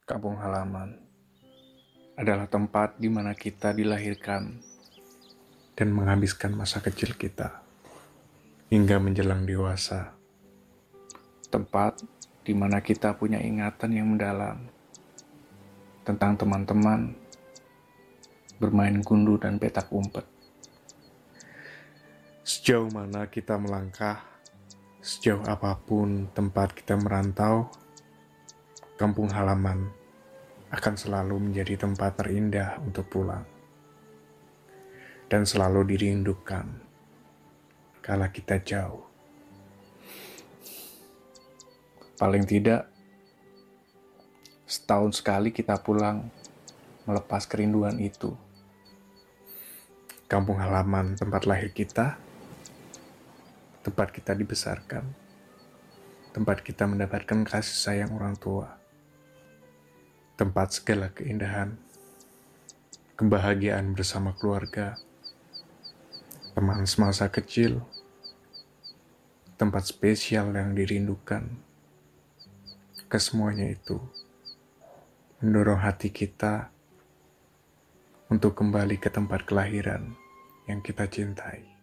Kampung halaman adalah tempat di mana kita dilahirkan dan menghabiskan masa kecil kita hingga menjelang dewasa. Tempat di mana kita punya ingatan yang mendalam tentang teman-teman bermain gundu dan petak umpet. Sejauh mana kita melangkah, sejauh apapun tempat kita merantau, kampung halaman akan selalu menjadi tempat terindah untuk pulang dan selalu dirindukan kala kita jauh. Paling tidak setahun sekali kita pulang melepas kerinduan itu. Kampung halaman tempat lahir kita, tempat kita dibesarkan, tempat kita mendapatkan kasih sayang orang tua, tempat segala keindahan, kebahagiaan bersama keluarga, teman semasa kecil, tempat spesial yang dirindukan. Kesemuanya itu mendorong hati kita untuk kembali ke tempat kelahiran yang kita cintai.